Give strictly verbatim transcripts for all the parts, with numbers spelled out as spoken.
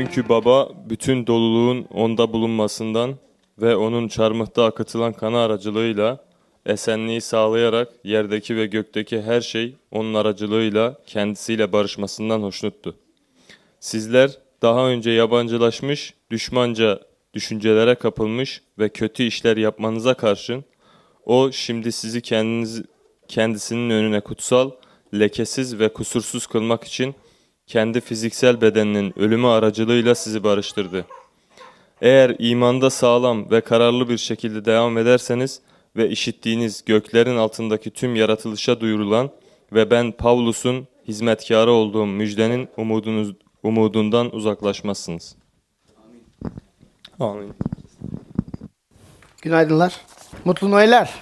Çünkü baba bütün doluluğun onda bulunmasından ve onun çarmıhta akıtılan kanı aracılığıyla esenliği sağlayarak yerdeki ve gökteki her şey onun aracılığıyla kendisiyle barışmasından hoşnuttu. Sizler daha önce yabancılaşmış, düşmanca düşüncelere kapılmış ve kötü işler yapmanıza karşın o şimdi sizi kendiniz, kendisinin önüne kutsal, lekesiz ve kusursuz kılmak için kendi fiziksel bedeninin ölümü aracılığıyla sizi barıştırdı. Eğer imanda sağlam ve kararlı bir şekilde devam ederseniz ve işittiğiniz göklerin altındaki tüm yaratılışa duyurulan ve ben Pavlus'un hizmetkarı olduğum müjdenin umudunuz, umudundan uzaklaşmazsınız. Amin. Amin. Günaydınlar. Mutlu Noeller.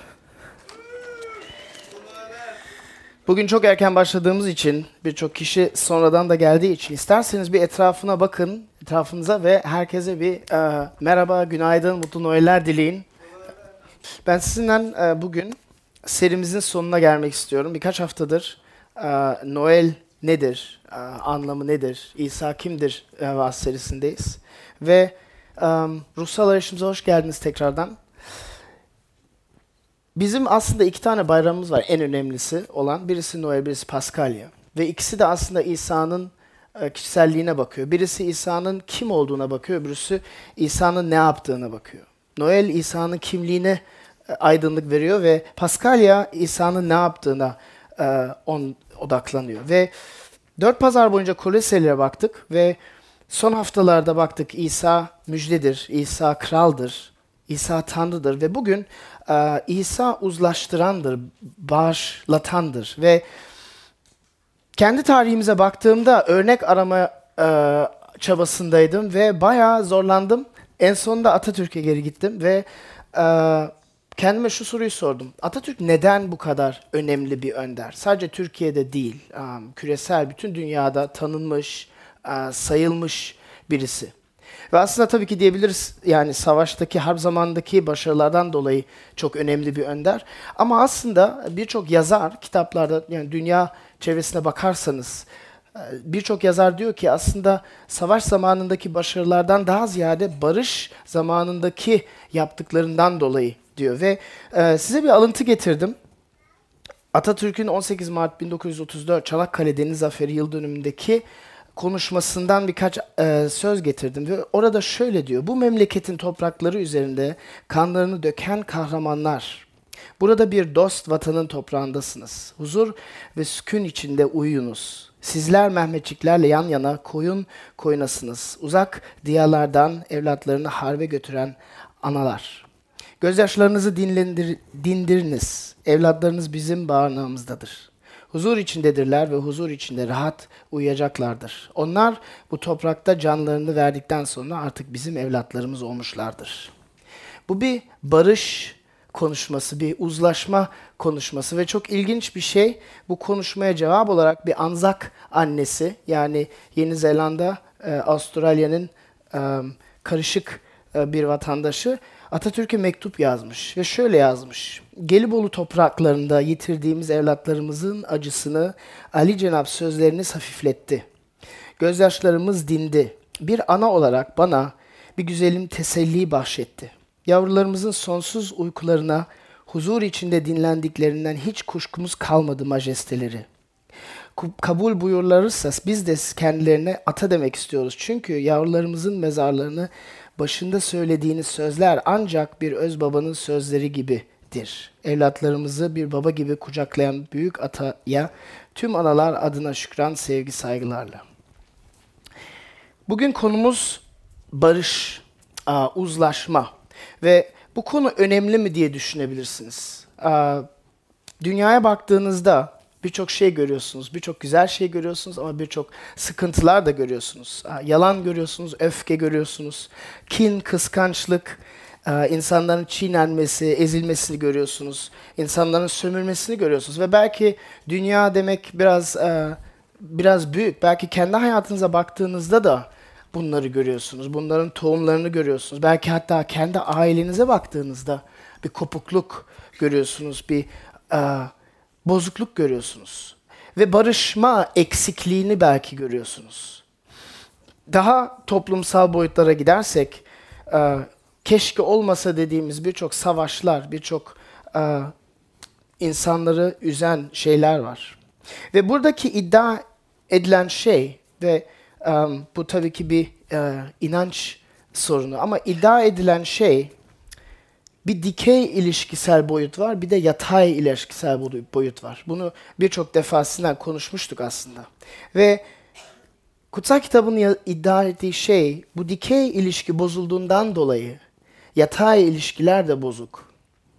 Bugün çok erken başladığımız için, birçok kişi sonradan da geldiği için isterseniz bir etrafına bakın, etrafınıza ve herkese bir e, merhaba, günaydın, mutlu Noeller dileyin. Ben sizinle e, bugün serimizin sonuna gelmek istiyorum. Birkaç haftadır e, Noel nedir, e, anlamı nedir, İsa kimdir e, vaaz serisindeyiz. Ve e, ruhsal arayışımıza hoş geldiniz tekrardan. Bizim aslında iki tane bayramımız var en önemlisi olan. Birisi Noel, birisi Paskalya. Ve ikisi de aslında İsa'nın e, kişiselliğine bakıyor. Birisi İsa'nın kim olduğuna bakıyor, birisi İsa'nın ne yaptığına bakıyor. Noel İsa'nın kimliğine e, aydınlık veriyor ve Paskalya İsa'nın ne yaptığına e, on, odaklanıyor. Ve dört pazar boyunca Koloselilere baktık ve son haftalarda baktık İsa müjdedir, İsa kraldır, İsa Tanrı'dır ve bugün e, İsa uzlaştırandır, bağışlatandır ve kendi tarihimize baktığımda örnek arama e, çabasındaydım ve bayağı zorlandım. En sonunda Atatürk'e geri gittim ve e, kendime şu soruyu sordum. Atatürk neden bu kadar önemli bir önder? Sadece Türkiye'de değil, um, küresel bütün dünyada tanınmış, uh, sayılmış birisi. Ve aslında tabii ki diyebiliriz yani savaştaki, harp zamanındaki başarılardan dolayı çok önemli bir önder. Ama aslında birçok yazar kitaplarda, yani dünya çevresine bakarsanız birçok yazar diyor ki aslında savaş zamanındaki başarılardan daha ziyade barış zamanındaki yaptıklarından dolayı diyor. Ve e, size bir alıntı getirdim. Atatürk'ün on sekiz Mart bin dokuz yüz otuz dört Çanakkale Deniz Zaferi yıl dönümündeki konuşmasından birkaç e, söz getirdim ve orada şöyle diyor: bu memleketin toprakları üzerinde kanlarını döken kahramanlar, burada bir dost vatanın toprağındasınız. Huzur ve sükun içinde uyuyunuz. Sizler Mehmetçiklerle yan yana koyun koyunasınız. Uzak diyarlardan evlatlarını harbe götüren analar. Gözyaşlarınızı dinlendir, dindiriniz. Evlatlarınız bizim bağrınağımızdadır. Huzur içindedirler ve huzur içinde rahat uyuyacaklardır. Onlar bu toprakta canlarını verdikten sonra artık bizim evlatlarımız olmuşlardır. Bu bir barış konuşması, bir uzlaşma konuşması ve çok ilginç bir şey. Bu konuşmaya cevap olarak bir Anzak annesi, yani Yeni Zelanda, e, Avustralya'nın e, karışık e, bir vatandaşı Atatürk'e mektup yazmış ve şöyle yazmış: Gelibolu topraklarında yitirdiğimiz evlatlarımızın acısını Ali Cenab sözleriniz hafifletti. Gözyaşlarımız dindi. Bir ana olarak bana bir güzelim teselli bahşetti. Yavrularımızın sonsuz uykularına huzur içinde dinlendiklerinden hiç kuşkumuz kalmadı majesteleri. Kabul buyurlarırsa biz de kendilerine ata demek istiyoruz. Çünkü yavrularımızın mezarlarını başında söylediğiniz sözler ancak bir öz babanın sözleri gibidir. Evlatlarımızı bir baba gibi kucaklayan büyük ataya tüm analar adına şükran, sevgi, saygılarla. Bugün konumuz barış, uzlaşma ve bu konu önemli mi diye düşünebilirsiniz. Dünyaya baktığınızda birçok şey görüyorsunuz, birçok güzel şey görüyorsunuz ama birçok sıkıntılar da görüyorsunuz. Yalan görüyorsunuz, öfke görüyorsunuz, kin, kıskançlık, insanların çiğnenmesi, ezilmesini görüyorsunuz, insanların sömürmesini görüyorsunuz ve belki dünya demek biraz biraz büyük. Belki kendi hayatınıza baktığınızda da bunları görüyorsunuz, bunların tohumlarını görüyorsunuz. Belki hatta kendi ailenize baktığınızda bir kopukluk görüyorsunuz, bir bozukluk görüyorsunuz ve barışma eksikliğini belki görüyorsunuz. daha toplumsal boyutlara gidersek, e, keşke olmasa dediğimiz birçok savaşlar, birçok e, insanları üzen şeyler var. Ve buradaki iddia edilen şey ve e, bu tabii ki bir e, inanç sorunu ama iddia edilen şey, bir dikey ilişkisel boyut var, bir de yatay ilişkisel boyut var. Bunu birçok defasından konuşmuştuk aslında. Ve kutsal kitabın iddia ettiği şey, bu dikey ilişki bozulduğundan dolayı yatay ilişkiler de bozuk.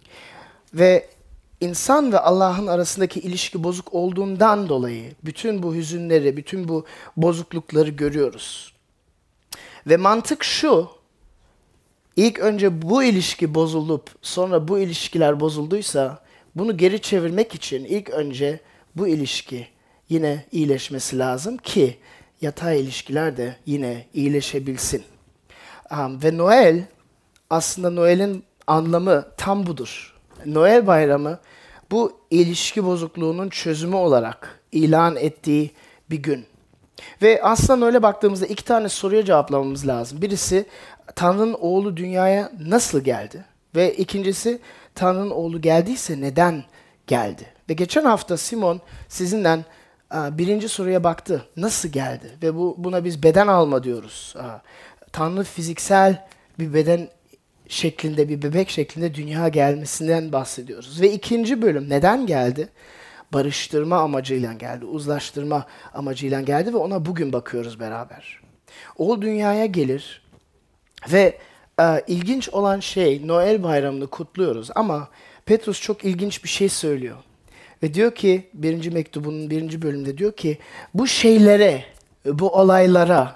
Ve insan ve Allah'ın arasındaki ilişki bozuk olduğundan dolayı bütün bu hüzünleri, bütün bu bozuklukları görüyoruz. Ve mantık şu: İlk önce bu ilişki bozulup sonra bu ilişkiler bozulduysa bunu geri çevirmek için ilk önce bu ilişki yine iyileşmesi lazım ki yatay ilişkiler de yine iyileşebilsin. Um, ve Noel, aslında Noel'in anlamı tam budur. Noel bayramı bu ilişki bozukluğunun çözümü olarak ilan ettiği bir gün. Ve aslında öyle baktığımızda iki tane soruya cevaplamamız lazım. Birisi, Tanrı'nın oğlu dünyaya nasıl geldi? Ve ikincisi, Tanrı'nın oğlu geldiyse neden geldi? Ve geçen hafta Simon sizinden birinci soruya baktı. Nasıl geldi? Ve bu buna biz beden alma diyoruz. Tanrı fiziksel bir beden şeklinde, bir bebek şeklinde dünya gelmesinden bahsediyoruz. Ve ikinci bölüm neden geldi? Barıştırma amacıyla geldi, uzlaştırma amacıyla geldi ve ona bugün bakıyoruz beraber. O dünyaya gelir ve e, ilginç olan şey, Noel bayramını kutluyoruz ama Petrus çok ilginç bir şey söylüyor. Ve diyor ki, birinci mektubunun birinci bölümünde diyor ki, bu şeylere, bu olaylara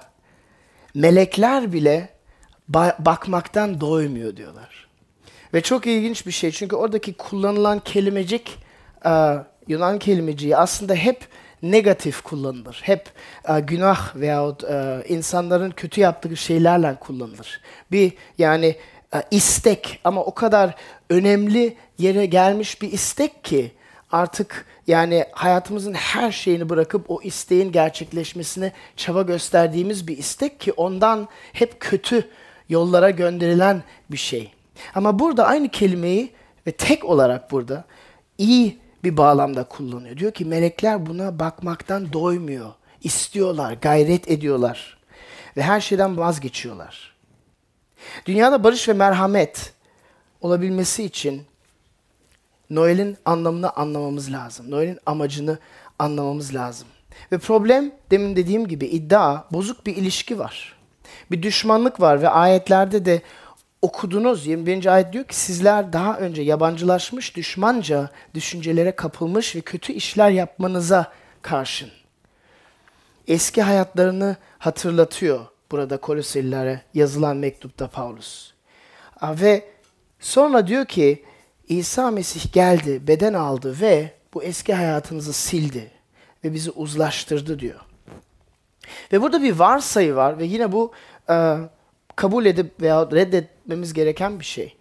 melekler bile ba- bakmaktan doymuyor diyorlar. Ve çok ilginç bir şey çünkü oradaki kullanılan kelimecik, e, Yunan kelimeciği aslında hep negatif kullanılır. Hep e, günah veyahut e, insanların kötü yaptığı şeylerle kullanılır. Bir yani e, istek ama o kadar önemli yere gelmiş bir istek ki artık yani hayatımızın her şeyini bırakıp o isteğin gerçekleşmesine çaba gösterdiğimiz bir istek ki ondan hep kötü yollara gönderilen bir şey. Ama burada aynı kelimeyi ve tek olarak burada iyi bir bağlamda kullanıyor. Diyor ki melekler buna bakmaktan doymuyor. İstiyorlar, gayret ediyorlar. Ve her şeyden vazgeçiyorlar. Dünyada barış ve merhamet olabilmesi için Noel'in anlamını anlamamız lazım. Noel'in amacını anlamamız lazım. Ve problem, demin dediğim gibi iddia, bozuk bir ilişki var. Bir düşmanlık var ve ayetlerde de okudunuz. yirmi birinci ayet diyor ki sizler daha önce yabancılaşmış, düşmanca düşüncelere kapılmış ve kötü işler yapmanıza karşın. Eski hayatlarını hatırlatıyor burada Koloselilere yazılan mektupta Paulus. Ve sonra diyor ki İsa Mesih geldi, beden aldı ve bu eski hayatınızı sildi ve bizi uzlaştırdı diyor. Ve burada bir varsayı var ve yine bu e, kabul edip veya reddetmemiz gereken bir şey.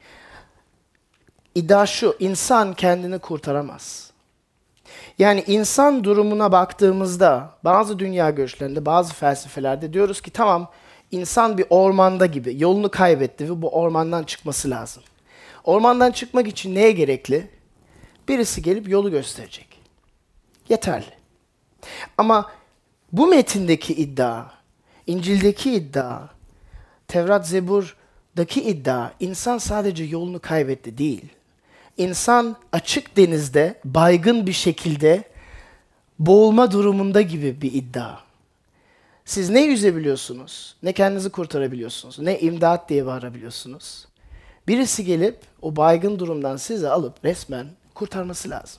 İddia şu, insan kendini kurtaramaz. Yani insan durumuna baktığımızda bazı dünya görüşlerinde, bazı felsefelerde diyoruz ki tamam, insan bir ormanda gibi yolunu kaybetti ve bu ormandan çıkması lazım. Ormandan çıkmak için neye gerekli? Birisi gelip yolu gösterecek. Yeterli. Ama bu metindeki iddia, İncil'deki iddia, Tevrat, Zebur'daki iddia, insan sadece yolunu kaybetti değil. İnsan açık denizde, baygın bir şekilde boğulma durumunda gibi bir iddia. Siz ne yüzebiliyorsunuz, ne kendinizi kurtarabiliyorsunuz, ne imdat diye bağırabiliyorsunuz. Birisi gelip o baygın durumdan sizi alıp resmen kurtarması lazım.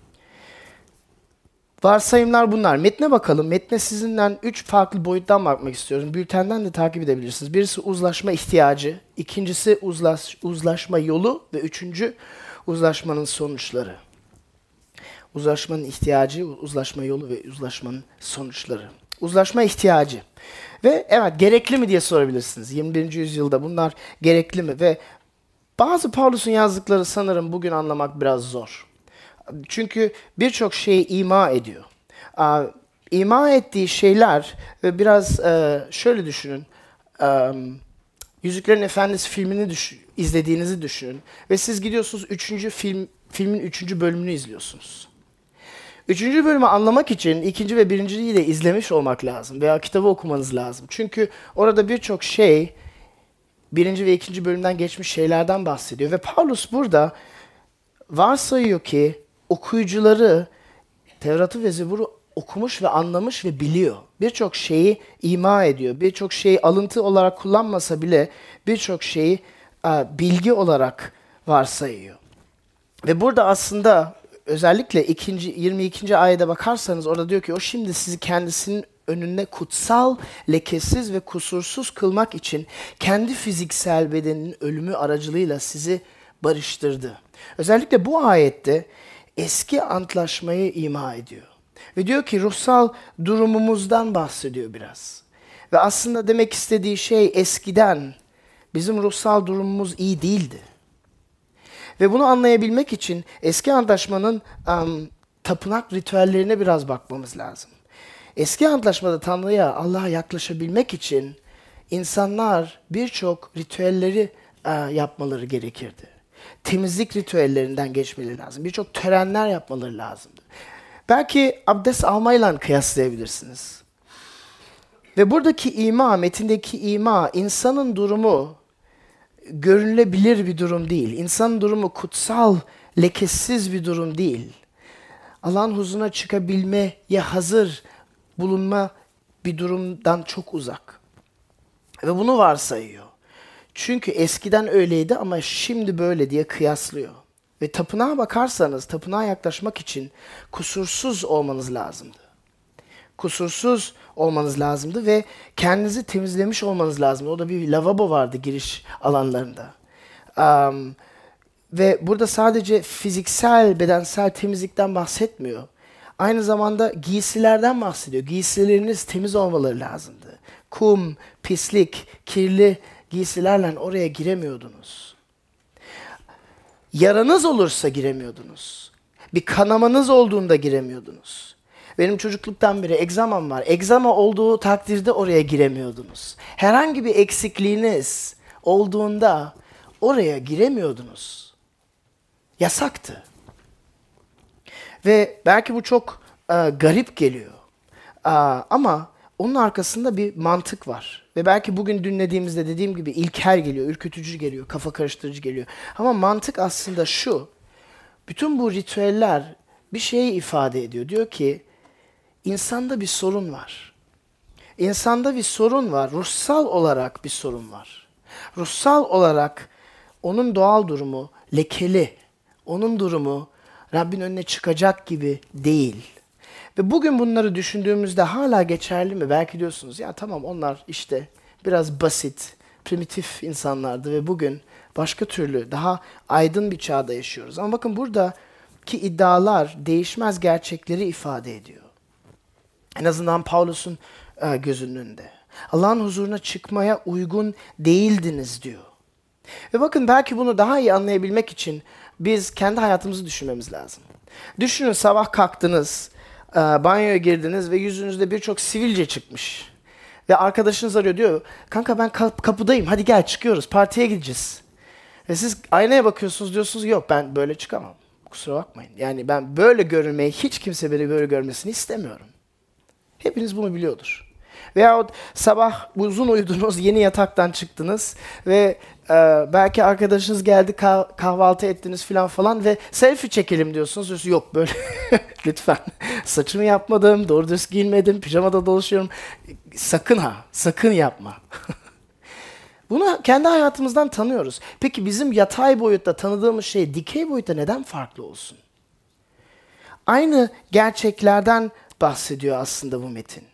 Varsayımlar bunlar. Metne bakalım. Metne sizinden üç farklı boyuttan bakmak istiyorum. Bültenden de takip edebilirsiniz. Birisi uzlaşma ihtiyacı, ikincisi uzlaş, uzlaşma yolu ve üçüncü uzlaşmanın sonuçları. Uzlaşmanın ihtiyacı, uzlaşma yolu ve uzlaşmanın sonuçları. Uzlaşma ihtiyacı. Ve evet, gerekli mi diye sorabilirsiniz. yirmi birinci yüzyılda bunlar gerekli mi? Ve bazı Paulus'un yazdıkları sanırım bugün anlamak biraz zor. Çünkü birçok şeyi ima ediyor. ima ettiği şeyler ve biraz e, şöyle düşünün. E, Yüzüklerin Efendisi filmini düş- izlediğinizi düşünün. Ve siz gidiyorsunuz üçüncü film filmin üçüncü bölümünü izliyorsunuz. Üçüncü bölümü anlamak için ikinci ve birinciyi de izlemiş olmak lazım veya kitabı okumanız lazım. Çünkü orada birçok şey birinci ve ikinci bölümden geçmiş şeylerden bahsediyor. Ve Paulus burada varsayıyor ki okuyucuları Tevrat'ı ve Zebur'u okumuş ve anlamış ve biliyor. Birçok şeyi ima ediyor. Birçok şeyi alıntı olarak kullanmasa bile birçok şeyi a, bilgi olarak varsayıyor. Ve burada aslında özellikle ikinci, yirmi ikinci ayete bakarsanız orada diyor ki o şimdi sizi kendisinin önüne kutsal, lekesiz ve kusursuz kılmak için kendi fiziksel bedeninin ölümü aracılığıyla sizi barıştırdı. Özellikle bu ayette eski antlaşmayı ima ediyor. Ve diyor ki ruhsal durumumuzdan bahsediyor biraz. Ve aslında demek istediği şey eskiden bizim ruhsal durumumuz iyi değildi. Ve bunu anlayabilmek için eski antlaşmanın um, tapınak ritüellerine biraz bakmamız lazım. Eski antlaşmada Tanrı'ya, Allah'a yaklaşabilmek için insanlar birçok ritüelleri uh, yapmaları gerekirdi. Temizlik ritüellerinden geçmeleri lazım. Birçok törenler yapmaları lazımdı. Belki abdest almayla kıyaslayabilirsiniz. Ve buradaki ima, metindeki ima, insanın durumu görünülebilir bir durum değil. İnsanın durumu kutsal, lekesiz bir durum değil. Allah'ın huzuruna çıkabilmeye hazır bulunma bir durumdan çok uzak. Ve bunu varsayıyor. Çünkü eskiden öyleydi ama şimdi böyle diye kıyaslıyor. Ve tapınağa bakarsanız, tapınağa yaklaşmak için kusursuz olmanız lazımdı. Kusursuz olmanız lazımdı ve kendinizi temizlemiş olmanız lazımdı. O da bir lavabo vardı giriş alanlarında. Um, ve burada sadece fiziksel, bedensel temizlikten bahsetmiyor. Aynı zamanda giysilerden bahsediyor. Giysileriniz temiz olmaları lazımdı. Kum, pislik, kirli giysilerle oraya giremiyordunuz. Yaranız olursa giremiyordunuz. Bir kanamanız olduğunda giremiyordunuz. Benim çocukluktan beri egzamam var. Egzama olduğu takdirde oraya giremiyordunuz. Herhangi bir eksikliğiniz olduğunda oraya giremiyordunuz. Yasaktı. Ve belki bu çok e, garip geliyor. E, ama onun arkasında bir mantık var. Ve belki bugün dinlediğimizde dediğim gibi ilkel geliyor, ürkütücü geliyor, kafa karıştırıcı geliyor. Ama mantık aslında şu. Bütün bu ritüeller bir şeyi ifade ediyor. Diyor ki insanda bir sorun var. İnsanda bir sorun var. Ruhsal olarak bir sorun var. Ruhsal olarak onun doğal durumu lekeli. Onun durumu Rabbin önüne çıkacak gibi değil. Ve bugün bunları düşündüğümüzde hala geçerli mi? Belki diyorsunuz ya tamam onlar işte biraz basit, primitif insanlardı ve bugün başka türlü daha aydın bir çağda yaşıyoruz. Ama bakın buradaki iddialar değişmez gerçekleri ifade ediyor. En azından Paulus'un e, gözünün önünde. Allah'ın huzuruna çıkmaya uygun değildiniz diyor. Ve bakın belki bunu daha iyi anlayabilmek için biz kendi hayatımızı düşünmemiz lazım. Düşünün sabah kalktınız, e, banyoya girdiniz ve yüzünüzde birçok sivilce çıkmış. Ve arkadaşınız arıyor diyor, kanka ben kap- kapıdayım hadi gel çıkıyoruz partiye gideceğiz. Ve siz aynaya bakıyorsunuz diyorsunuz yok ben böyle çıkamam. Kusura bakmayın. Yani ben böyle görünmeyi hiç kimse beni böyle görmesini istemiyorum. Hepiniz bunu biliyordur. Veyahut sabah uzun uyudunuz, yeni yataktan çıktınız ve e, belki arkadaşınız geldi kah- kahvaltı ettiniz falan falan ve selfie çekelim diyorsunuz. Diyorsunuz yok böyle lütfen saçımı yapmadım, doğru düz giyinmedim, pijamada dolaşıyorum. Sakın ha, sakın yapma. Bunu kendi hayatımızdan tanıyoruz. Peki bizim yatay boyutta tanıdığımız şey dikey boyutta neden farklı olsun? Aynı gerçeklerden bahsediyor aslında bu metin.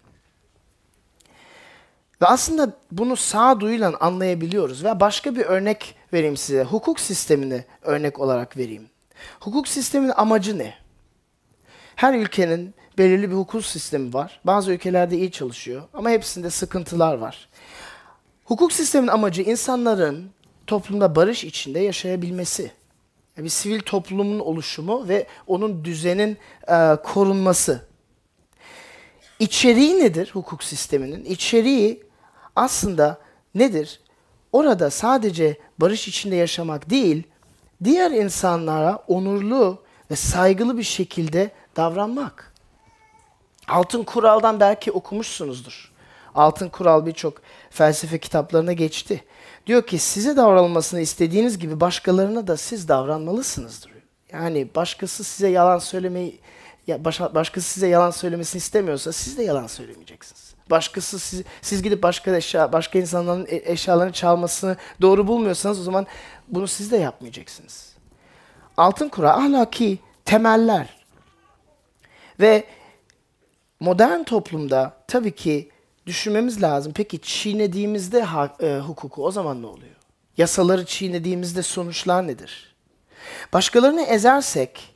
Ve aslında bunu sağduyuyla anlayabiliyoruz. Ve başka bir örnek vereyim size. Hukuk sistemini örnek olarak vereyim. Hukuk sisteminin amacı ne? Her ülkenin belirli bir hukuk sistemi var. Bazı ülkelerde iyi çalışıyor ama hepsinde sıkıntılar var. Hukuk sisteminin amacı insanların toplumda barış içinde yaşayabilmesi. Yani bir sivil toplumun oluşumu ve onun düzenin e, korunması. İçeriği nedir hukuk sisteminin? İçeriği aslında nedir? Orada sadece barış içinde yaşamak değil, diğer insanlara onurlu ve saygılı bir şekilde davranmak. Altın Kural'dan belki okumuşsunuzdur. Altın Kural birçok felsefe kitaplarına geçti. Diyor ki size davranılmasını istediğiniz gibi başkalarına da siz davranmalısınız diyor. Yani başkası size yalan söylemeyi ya başa, başkası size yalan söylemesini istemiyorsa siz de yalan söylemeyeceksiniz. Başkası siz, siz gidip başka eşya, başka insanların e- eşyalarını çalmasını doğru bulmuyorsanız o zaman bunu siz de yapmayacaksınız. Altın Kural ahlaki temeller. Ve modern toplumda tabii ki düşünmemiz lazım. Peki çiğnediğimizde ha, e, hukuku o zaman ne oluyor? Yasaları çiğnediğimizde sonuçlar nedir? Başkalarını ezersek,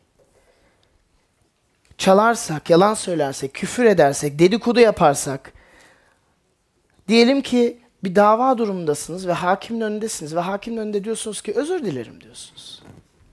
çalarsak, yalan söylersek, küfür edersek, dedikodu yaparsak, diyelim ki bir dava durumundasınız ve hakimin önündesiniz ve hakimin önünde diyorsunuz ki özür dilerim diyorsunuz.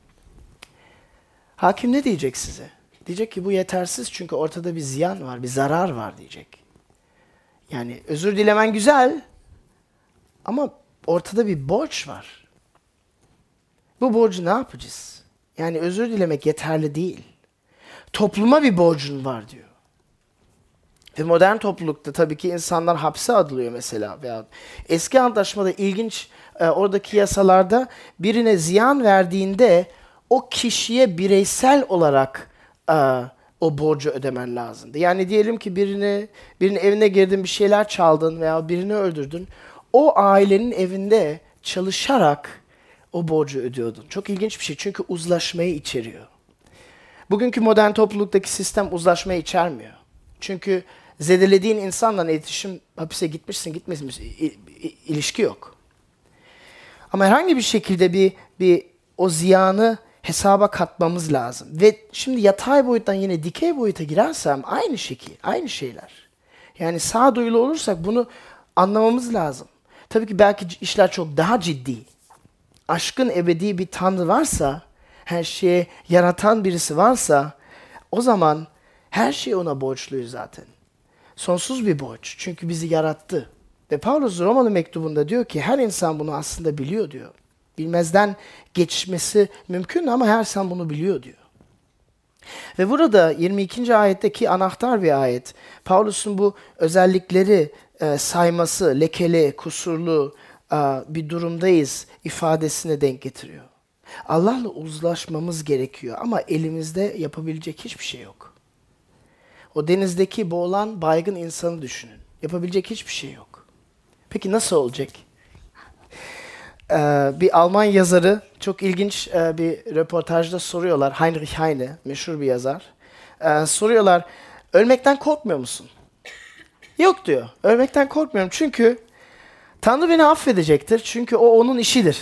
Hakim ne diyecek size? Diyecek ki bu yetersiz çünkü ortada bir ziyan var, bir zarar var diyecek. Yani özür dilemen güzel ama ortada bir borç var. Bu borcu ne yapacağız? Yani özür dilemek yeterli değil. Topluma bir borcun var diyor. Ve modern toplulukta tabii ki insanlar hapse atılıyor mesela. Veya eski antlaşmada ilginç e, oradaki yasalarda birine ziyan verdiğinde o kişiye bireysel olarak e, o borcu ödemen lazımdı. Yani diyelim ki birini, birinin evine girdin, bir şeyler çaldın veya birini öldürdün. O ailenin evinde çalışarak o borcu ödüyordun. Çok ilginç bir şey çünkü uzlaşmayı içeriyor. Bugünkü modern topluluktaki sistem uzlaşmayı içermiyor. Çünkü zedelediğin insanla iletişim, hapise gitmişsin, gitmemişsin, ilişki yok. Ama herhangi bir şekilde bir bir o ziyanı hesaba katmamız lazım. Ve şimdi yatay boyuttan yine dikey boyuta girersem aynı şekil, aynı şeyler. Yani sağduyulu olursak bunu anlamamız lazım. Tabii ki belki işler çok daha ciddi. Aşkın ebedi bir Tanrı varsa, her şeyi yaratan birisi varsa, o zaman her şeyi ona borçluyuz zaten. Sonsuz bir borç. Çünkü bizi yarattı. Ve Paulus Romalı mektubunda diyor ki her insan bunu aslında biliyor diyor. Bilmezden geçmesi mümkün ama her insan bunu biliyor diyor. Ve burada yirmi ikinci ayetteki anahtar bir ayet. Paulus'un bu özellikleri e, sayması, lekeli, kusurlu e, bir durumdayız ifadesine denk getiriyor. Allah'la uzlaşmamız gerekiyor ama elimizde yapabilecek hiçbir şey yok. O denizdeki boğulan baygın insanı düşünün. Yapabilecek hiçbir şey yok. Peki nasıl olacak? Ee, bir Alman yazarı çok ilginç e, bir röportajda soruyorlar. Heinrich Heine, meşhur bir yazar. Ee, soruyorlar, ölmekten korkmuyor musun? Yok diyor, ölmekten korkmuyorum çünkü Tanrı beni affedecektir. Çünkü o onun işidir.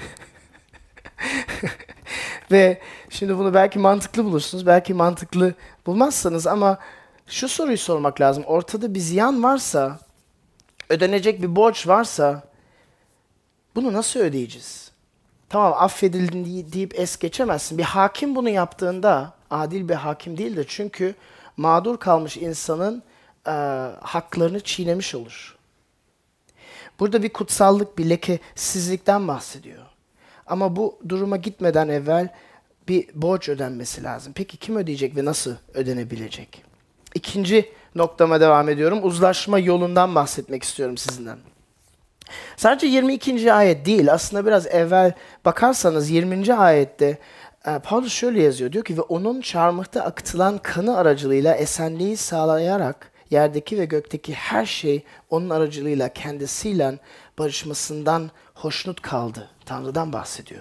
Ve şimdi bunu belki mantıklı bulursunuz, belki mantıklı bulmazsanız ama şu soruyu sormak lazım. Ortada bir ziyan varsa, ödenecek bir borç varsa bunu nasıl ödeyeceğiz? Tamam affedildin deyip es geçemezsin. Bir hakim bunu yaptığında adil bir hakim değildir. Çünkü mağdur kalmış insanın e, haklarını çiğnemiş olur. Burada bir kutsallık, bir lekesizlikten bahsediyor. Ama bu duruma gitmeden evvel bir borç ödenmesi lazım. Peki kim ödeyecek ve nasıl ödenebilecek? İkinci noktama devam ediyorum. Uzlaşma yolundan bahsetmek istiyorum sizinden. Sadece yirmi ikinci ayet değil, aslında biraz evvel bakarsanız yirminci ayette e, Paulus şöyle yazıyor. Diyor ki ve onun çarmıhta akıtılan kanı aracılığıyla esenliği sağlayarak yerdeki ve gökteki her şey onun aracılığıyla kendisiyle barışmasından hoşnut kaldı. Tanrı'dan bahsediyor.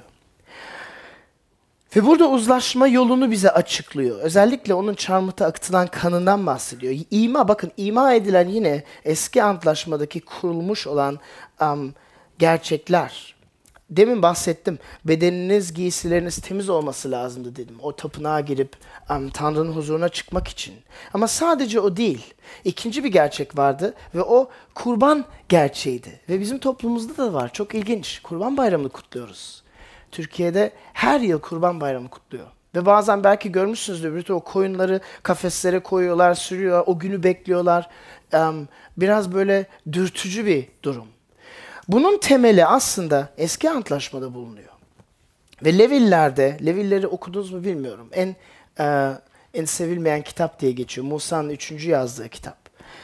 Ve burada uzlaşma yolunu bize açıklıyor. Özellikle onun çarmıhta akıtılan kanından bahsediyor. İma, bakın ima edilen yine eski antlaşmadaki kurulmuş olan um, gerçekler. Demin bahsettim. Bedeniniz, giysileriniz temiz olması lazımdı dedim. O tapınağa girip um, Tanrı'nın huzuruna çıkmak için. Ama sadece o değil. İkinci bir gerçek vardı ve o kurban gerçeğiydi. Ve bizim toplumumuzda da var. Çok ilginç. Kurban Bayramı'nı kutluyoruz. Türkiye'de her yıl Kurban Bayramı kutluyor. Ve bazen belki görmüşsünüzdür, bütün o koyunları kafeslere koyuyorlar, sürüyor, o günü bekliyorlar. Em, biraz böyle dürtücü bir durum. Bunun temeli aslında Eski Antlaşma'da bulunuyor. Ve Levillerde, Levilleri okudunuz mu bilmiyorum. En e, en sevilmeyen kitap diye geçiyor. Musa'nın üçüncü yazdığı kitap.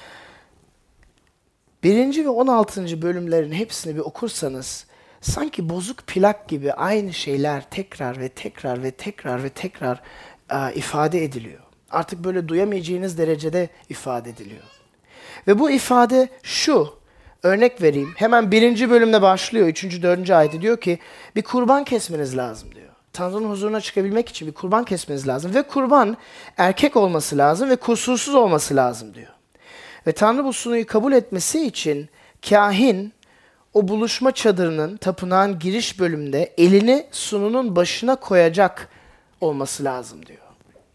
Birinci ve on altıncı bölümlerin hepsini bir okursanız, sanki bozuk plak gibi aynı şeyler tekrar ve tekrar ve tekrar ve tekrar e, ifade ediliyor. Artık böyle duyamayacağınız derecede ifade ediliyor. Ve bu ifade şu, örnek vereyim. Hemen birinci bölümde başlıyor, üçüncü, dördüncü ayette diyor ki, bir kurban kesmeniz lazım diyor. Tanrı'nın huzuruna çıkabilmek için bir kurban kesmeniz lazım. Ve kurban erkek olması lazım ve kusursuz olması lazım diyor. Ve Tanrı bu sunuyu kabul etmesi için kahin o buluşma çadırının, tapınağın giriş bölümünde elini sununun başına koyacak olması lazım diyor.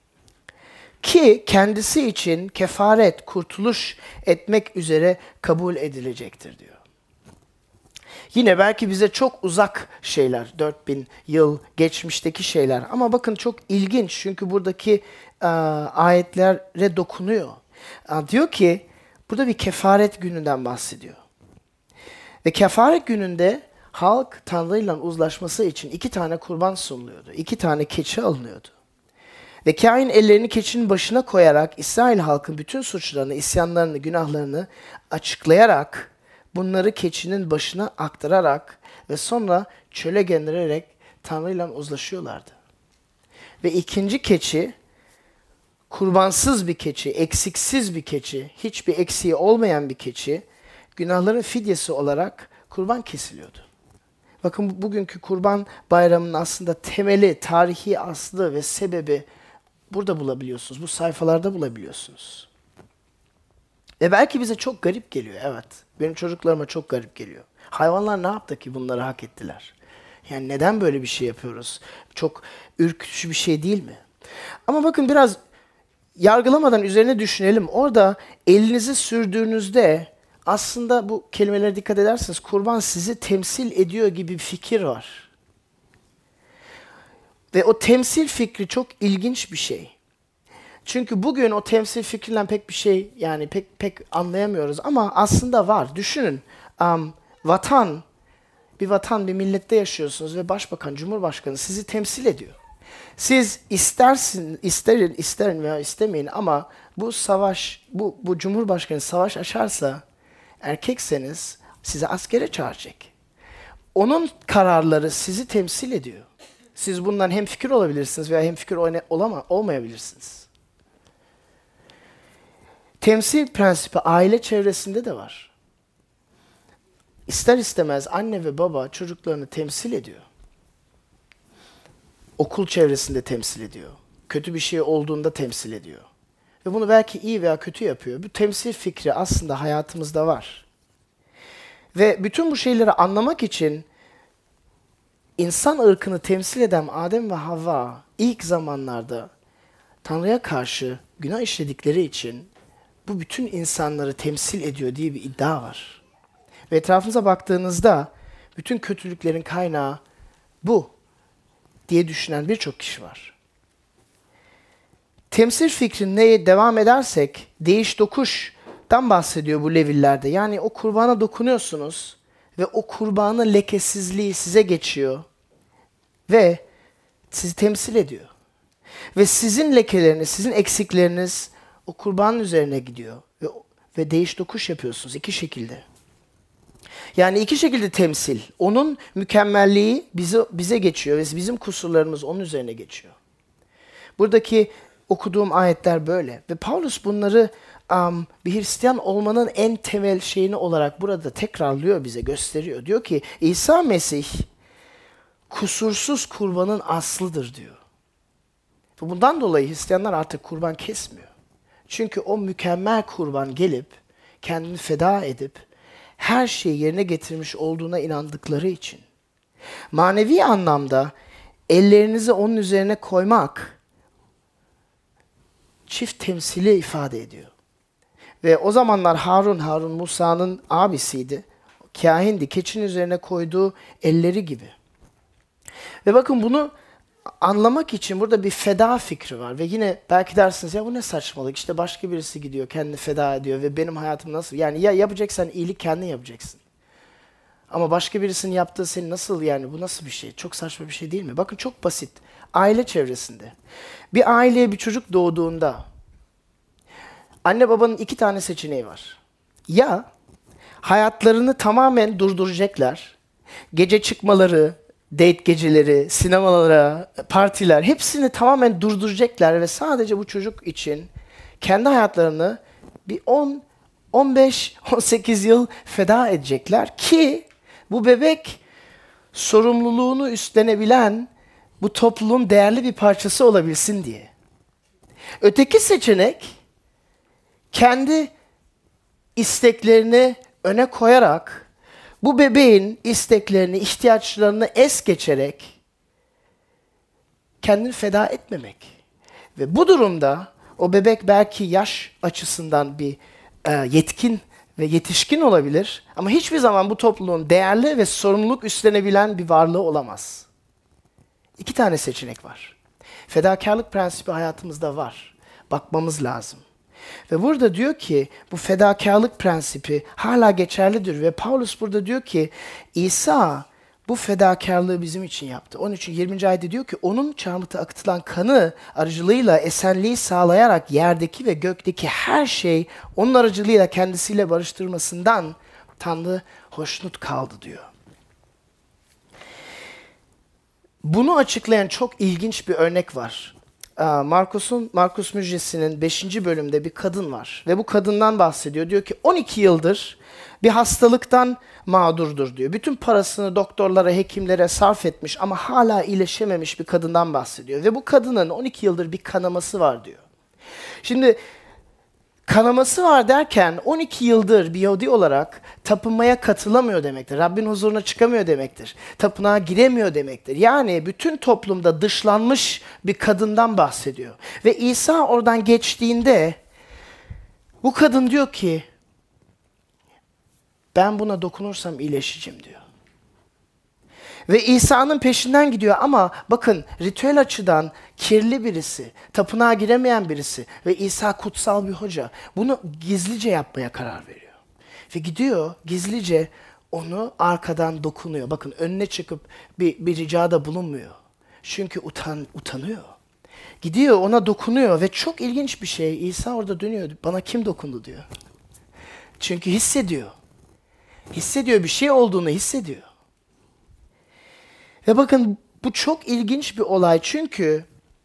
Ki kendisi için kefaret, kurtuluş etmek üzere kabul edilecektir diyor. Yine belki bize çok uzak şeyler, dört bin yıl geçmişteki şeyler. Ama bakın çok ilginç, çünkü buradaki e, ayetlere dokunuyor. E, diyor ki, burada bir kefaret gününden bahsediyor. Ve kefaret gününde halk Tanrı'yla uzlaşması için iki tane kurban sunuluyordu. İki tane keçi alınıyordu. Ve kahin ellerini keçinin başına koyarak İsrail halkın bütün suçlarını, isyanlarını, günahlarını açıklayarak, bunları keçinin başına aktararak ve sonra çöle göndererek Tanrı'yla uzlaşıyorlardı. Ve ikinci keçi, kurbansız bir keçi, eksiksiz bir keçi, hiçbir eksiği olmayan bir keçi, günahların fidyesi olarak kurban kesiliyordu. Bakın bugünkü Kurban Bayramı'nın aslında temeli, tarihi aslı ve sebebi burada bulabiliyorsunuz. Bu sayfalarda bulabiliyorsunuz. Ve belki bize çok garip geliyor, evet. Benim çocuklarıma çok garip geliyor. Hayvanlar ne yaptı ki bunları hak ettiler? Yani neden böyle bir şey yapıyoruz? Çok ürkütücü bir şey değil mi? Ama bakın biraz yargılamadan üzerine düşünelim. Orada elinizi sürdüğünüzde aslında bu kelimelere dikkat ederseniz kurban sizi temsil ediyor gibi bir fikir var. Ve o temsil fikri çok ilginç bir şey. Çünkü bugün o temsil fikriyle pek bir şey yani pek pek anlayamıyoruz ama aslında var. Düşünün, um, vatan, bir vatan, bir millette yaşıyorsunuz ve başbakan, cumhurbaşkanı sizi temsil ediyor. Siz istersin, isterin, isterin veya istemeyin ama bu savaş, bu, bu cumhurbaşkanı savaş açarsa, erkekseniz sizi askere çağıracak. Onun kararları sizi temsil ediyor. Siz bundan hemfikir olabilirsiniz veya hemfikir olama, olmayabilirsiniz. Temsil prensibi aile çevresinde de var. İster istemez anne ve baba çocuklarını temsil ediyor. Okul çevresinde temsil ediyor. Kötü bir şey olduğunda temsil ediyor. Ve bunu belki iyi veya kötü yapıyor. Bu temsil fikri aslında hayatımızda var. Ve bütün bu şeyleri anlamak için insan ırkını temsil eden Adem ve Havva ilk zamanlarda Tanrı'ya karşı günah işledikleri için bu bütün insanları temsil ediyor diye bir iddia var. Ve etrafınıza baktığınızda bütün kötülüklerin kaynağı bu diye düşünen birçok kişi var. Temsil fikrine devam edersek değiş dokuştan bahsediyor bu Levillerde. Yani o kurbana dokunuyorsunuz ve o kurbanın lekesizliği size geçiyor ve sizi temsil ediyor. Ve sizin lekeleriniz, sizin eksikleriniz o kurbanın üzerine gidiyor ve, ve değiş dokuş yapıyorsunuz iki şekilde. Yani iki şekilde temsil. Onun mükemmelliği bize, bize geçiyor ve bizim kusurlarımız onun üzerine geçiyor. Buradaki okuduğum ayetler böyle. Ve Paulus bunları um, bir Hristiyan olmanın en temel şeyini olarak burada tekrarlıyor, bize gösteriyor. Diyor ki İsa Mesih kusursuz kurbanın aslıdır diyor. Ve bundan dolayı Hristiyanlar artık kurban kesmiyor. Çünkü o mükemmel kurban gelip kendini feda edip her şeyi yerine getirmiş olduğuna inandıkları için. Manevi anlamda ellerinizi onun üzerine koymak çift temsili ifade ediyor. Ve o zamanlar Harun, Harun Musa'nın abisiydi. Kahindi, keçinin üzerine koyduğu elleri gibi. Ve bakın bunu anlamak için burada bir feda fikri var ve yine belki dersiniz ya bu ne saçmalık, işte başka birisi gidiyor kendini feda ediyor ve benim hayatım nasıl, yani ya yapacaksan iyilik kendin yapacaksın. Ama başka birisinin yaptığı seni nasıl, yani bu nasıl bir şey? Çok saçma bir şey değil mi? Bakın çok basit. Aile çevresinde. Bir aileye bir çocuk doğduğunda anne babanın iki tane seçeneği var. Ya hayatlarını tamamen durduracaklar. Gece çıkmaları, date geceleri, sinemalara, partiler hepsini tamamen durduracaklar ve sadece bu çocuk için kendi hayatlarını bir on, on beş, on sekiz yıl feda edecekler ki bu bebek sorumluluğunu üstlenebilen bu topluluğun değerli bir parçası olabilsin diye. Öteki seçenek kendi isteklerini öne koyarak bu bebeğin isteklerini, ihtiyaçlarını es geçerek kendini feda etmemek. Ve bu durumda o bebek belki yaş açısından bir e, yetkin ve yetişkin olabilir ama hiçbir zaman bu topluluğun değerli ve sorumluluk üstlenebilen bir varlığı olamaz. İki tane seçenek var. Fedakarlık prensibi hayatımızda var. Bakmamız lazım. Ve burada diyor ki bu fedakarlık prensibi hala geçerlidir ve Paulus burada diyor ki İsa bu fedakarlığı bizim için yaptı. Onun için yirminci ayette diyor ki onun çarmıhta akıtılan kanı aracılığıyla esenliği sağlayarak yerdeki ve gökteki her şey onun aracılığıyla kendisiyle barıştırmasından Tanrı hoşnut kaldı diyor. Bunu açıklayan çok ilginç bir örnek var. Markus'un Markus Müjdesi'nin beşinci bölümde bir kadın var ve bu kadından bahsediyor. Diyor ki on iki yıldır bir hastalıktan mağdurdur diyor. Bütün parasını doktorlara, hekimlere sarf etmiş ama hala iyileşememiş bir kadından bahsediyor. Ve bu kadının on iki yıldır bir kanaması var diyor. Şimdi kanaması var derken on iki yıldır bir Yahudi olarak tapınmaya katılamıyor demektir. Rabbin huzuruna çıkamıyor demektir. Tapınağa giremiyor demektir. Yani bütün toplumda dışlanmış bir kadından bahsediyor. Ve İsa oradan geçtiğinde bu kadın diyor ki ben buna dokunursam iyileşeceğim diyor. Ve İsa'nın peşinden gidiyor ama bakın ritüel açıdan kirli birisi, tapınağa giremeyen birisi ve İsa kutsal bir hoca. Bunu gizlice yapmaya karar veriyor. Ve gidiyor gizlice onu arkadan dokunuyor. Bakın önüne çıkıp bir, bir ricada bulunmuyor. Çünkü utan, utanıyor. Gidiyor ona dokunuyor ve çok ilginç bir şey. İsa orada dönüyor. Bana kim dokundu diyor. Çünkü hissediyor. Hissediyor, bir şey olduğunu hissediyor. Ve bakın bu çok ilginç bir olay çünkü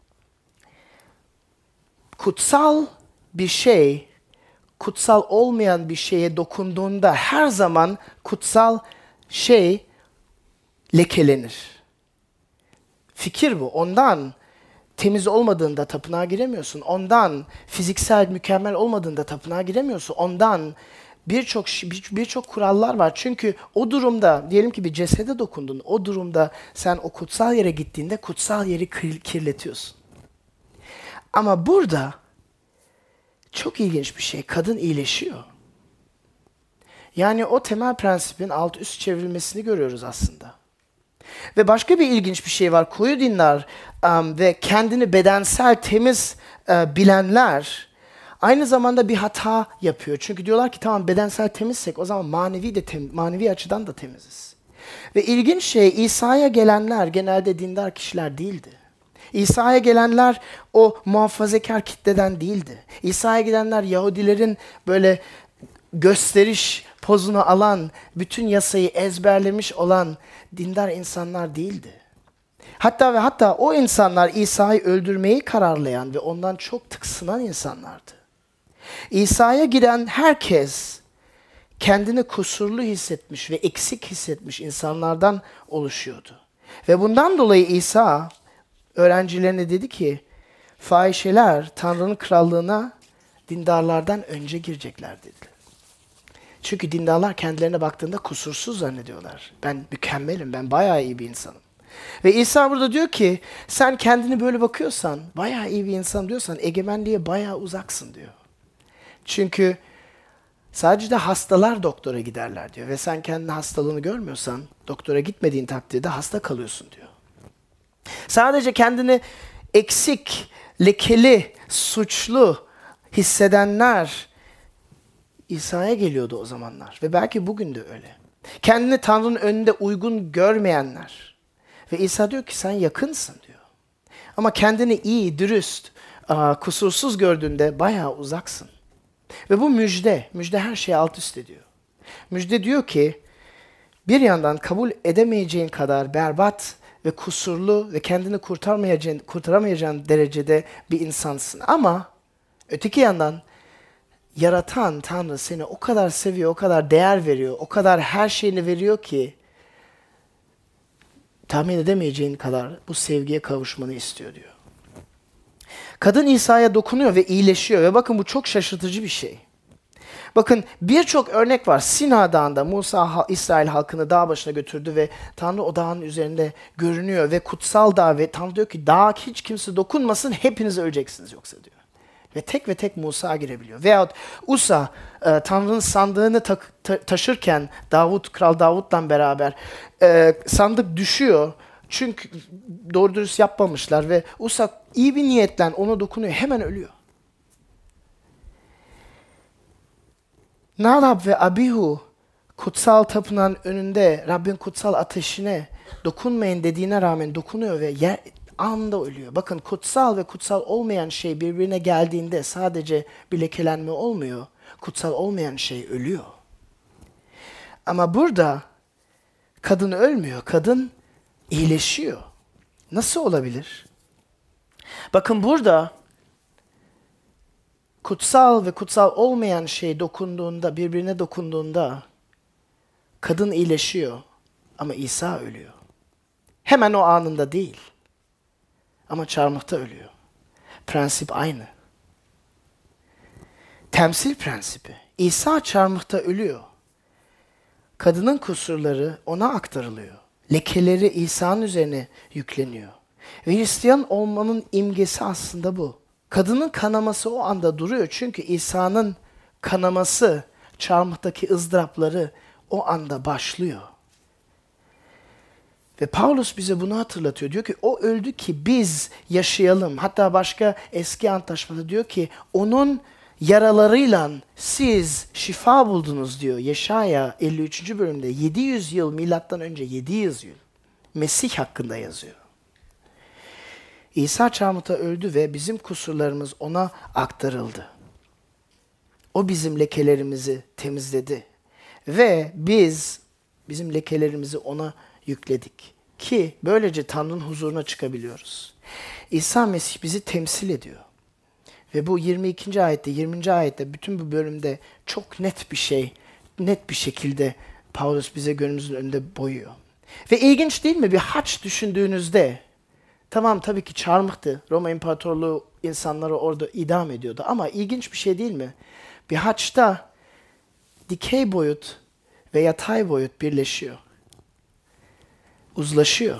kutsal bir şey, kutsal olmayan bir şeye dokunduğunda her zaman kutsal şey lekelenir. Fikir bu. Ondan temiz olmadığında tapınağa giremiyorsun. Ondan fiziksel mükemmel olmadığında tapınağa giremiyorsun. Ondan birçok birçok kurallar var. Çünkü o durumda diyelim ki bir cesede dokundun. O durumda sen o kutsal yere gittiğinde kutsal yeri kirletiyorsun. Ama burada çok ilginç bir şey. Kadın iyileşiyor. Yani o temel prensibin alt üst çevrilmesini görüyoruz aslında. Ve başka bir ilginç bir şey var. Koyu dinler um, ve kendini bedensel temiz uh, bilenler aynı zamanda bir hata yapıyor. Çünkü diyorlar ki tamam bedensel temizsek o zaman manevi de tem- manevi açıdan da temiziz. Ve ilginç şey İsa'ya gelenler genelde dindar kişiler değildi. İsa'ya gelenler o muhafazakar kitleden değildi. İsa'ya gelenler Yahudilerin böyle gösteriş pozunu alan, bütün yasayı ezberlemiş olan dindar insanlar değildi. Hatta ve hatta o insanlar İsa'yı öldürmeyi kararlayan ve ondan çok tıksınan insanlardı. İsa'ya giren herkes kendini kusurlu hissetmiş ve eksik hissetmiş insanlardan oluşuyordu. Ve bundan dolayı İsa öğrencilerine dedi ki, fahişeler Tanrı'nın krallığına dindarlardan önce girecekler dedi. Çünkü dindarlar kendilerine baktığında kusursuz zannediyorlar. Ben mükemmelim, ben bayağı iyi bir insanım. Ve İsa burada diyor ki, sen kendini böyle bakıyorsan, bayağı iyi bir insan diyorsan, egemenliğe bayağı uzaksın diyor. Çünkü sadece hastalar doktora giderler diyor. Ve sen kendi hastalığını görmüyorsan, doktora gitmediğin takdirde hasta kalıyorsun diyor. Sadece kendini eksik, lekeli, suçlu hissedenler İsa'ya geliyordu o zamanlar. Ve belki bugün de öyle. Kendini Tanrı'nın önünde uygun görmeyenler. Ve İsa diyor ki sen yakınsın diyor. Ama kendini iyi, dürüst, kusursuz gördüğünde bayağı uzaksın. Ve bu müjde. Müjde her şeyi alt üst ediyor. Müjde diyor ki bir yandan kabul edemeyeceğin kadar berbat ve kusurlu ve kendini kurtaramayacağın, kurtaramayacağın derecede bir insansın. Ama öteki yandan yaratan Tanrı seni o kadar seviyor, o kadar değer veriyor, o kadar her şeyini veriyor ki tahmin edemeyeceğin kadar bu sevgiye kavuşmanı istiyor diyor. Kadın İsa'ya dokunuyor ve iyileşiyor ve bakın bu çok şaşırtıcı bir şey. Bakın birçok örnek var. Sina Dağı'nda Musa İsrail halkını dağ başına götürdü ve Tanrı o dağın üzerinde görünüyor ve kutsal dağ ve Tanrı diyor ki dağa hiç kimse dokunmasın, hepiniz öleceksiniz yoksa diyor. Ve tek ve tek Musa girebiliyor. Veyahut Usa e, Tanrı'nın sandığını ta- ta- taşırken Davut, Kral Davut'la beraber e, sandık düşüyor. Çünkü doğru dürüst yapmamışlar ve Usa iyi bir niyetle ona dokunuyor. Hemen ölüyor. Nadab ve Abihu kutsal tapınağın önünde Rabbin kutsal ateşine dokunmayın dediğine rağmen dokunuyor ve yer, anında ölüyor. Bakın kutsal ve kutsal olmayan şey birbirine geldiğinde sadece bir lekelenme olmuyor. Kutsal olmayan şey ölüyor. Ama burada kadın ölmüyor. Kadın iyileşiyor. Nasıl olabilir? Bakın burada kutsal ve kutsal olmayan şey dokunduğunda, birbirine dokunduğunda kadın iyileşiyor ama İsa ölüyor. Hemen o anında değil. Ama çarmıhta ölüyor. Prensip aynı. Temsil prensibi. İsa çarmıhta ölüyor. Kadının kusurları ona aktarılıyor. Lekeleri İsa'nın üzerine yükleniyor. Ve Hristiyan olmanın imgesi aslında bu. Kadının kanaması o anda duruyor çünkü İsa'nın kanaması, çarmıhtaki ızdırapları o anda başlıyor. Ve Paulus bize bunu hatırlatıyor. Diyor ki o öldü ki biz yaşayalım. Hatta başka eski antlaşmada diyor ki onun yaralarıyla siz şifa buldunuz diyor. Yeşaya elli üçüncü bölümde yedi yüz yıl milattan önce yedi yüz yıl Mesih hakkında yazıyor. İsa çarmıhta öldü ve bizim kusurlarımız ona aktarıldı. O bizim lekelerimizi temizledi. Ve biz bizim lekelerimizi ona yükledik. Ki böylece Tanrı'nın huzuruna çıkabiliyoruz. İsa Mesih bizi temsil ediyor. Ve bu yirmi ikinci ayette, yirminci ayette bütün bu bölümde çok net bir şey, net bir şekilde Paulus bize gözümüzün önünde boyuyor. Ve ilginç değil mi? Bir haç düşündüğünüzde, tamam tabii ki çarmıhtı. Roma İmparatorluğu insanları orada idam ediyordu. Ama ilginç bir şey değil mi? Bir haçta dikey boyut ve yatay boyut birleşiyor. Uzlaşıyor.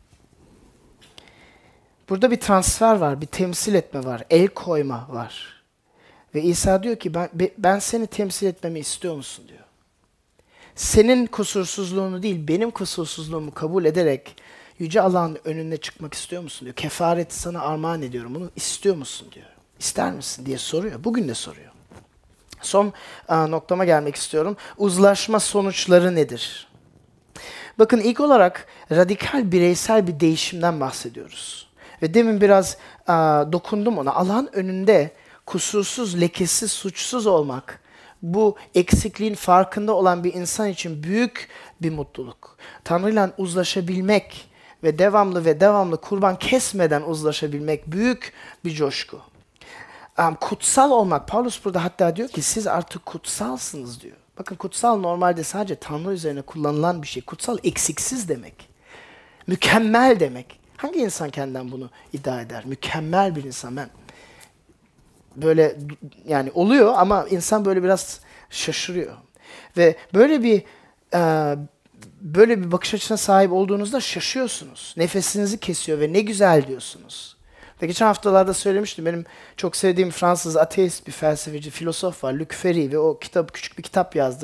Burada bir transfer var, bir temsil etme var, el koyma var. Ve İsa diyor ki ben, ben seni temsil etmemi istiyor musun diyor. Senin kusursuzluğunu değil, benim kusursuzluğumu kabul ederek Yüce Allah'ın önüne çıkmak istiyor musun diyor. Kefareti sana armağan ediyorum, bunu istiyor musun diyor. İster misin diye soruyor, bugün de soruyor. Son a, noktama gelmek istiyorum. Uzlaşma sonuçları nedir? Bakın ilk olarak radikal bireysel bir değişimden bahsediyoruz. Ve demin biraz a, dokundum ona. Allah'ın önünde kusursuz, lekesiz, suçsuz olmak, bu eksikliğin farkında olan bir insan için büyük bir mutluluk. Tanrı'yla uzlaşabilmek ve devamlı ve devamlı kurban kesmeden uzlaşabilmek büyük bir coşku. Um, kutsal olmak, Paulus burada hatta diyor ki siz artık kutsalsınız diyor. Bakın kutsal normalde sadece Tanrı üzerine kullanılan bir şey. Kutsal eksiksiz demek. Mükemmel demek. Hangi insan kendinden bunu iddia eder? Mükemmel bir insan ben. Böyle yani oluyor ama insan böyle biraz şaşırıyor. Ve böyle bir e, böyle bir bakış açısına sahip olduğunuzda şaşıyorsunuz. Nefesinizi kesiyor ve ne güzel diyorsunuz. Ve geçen haftalarda söylemiştim. Benim çok sevdiğim Fransız ateist bir felsefeci, filozof var. Luc Ferry ve o kitap küçük bir kitap yazdı.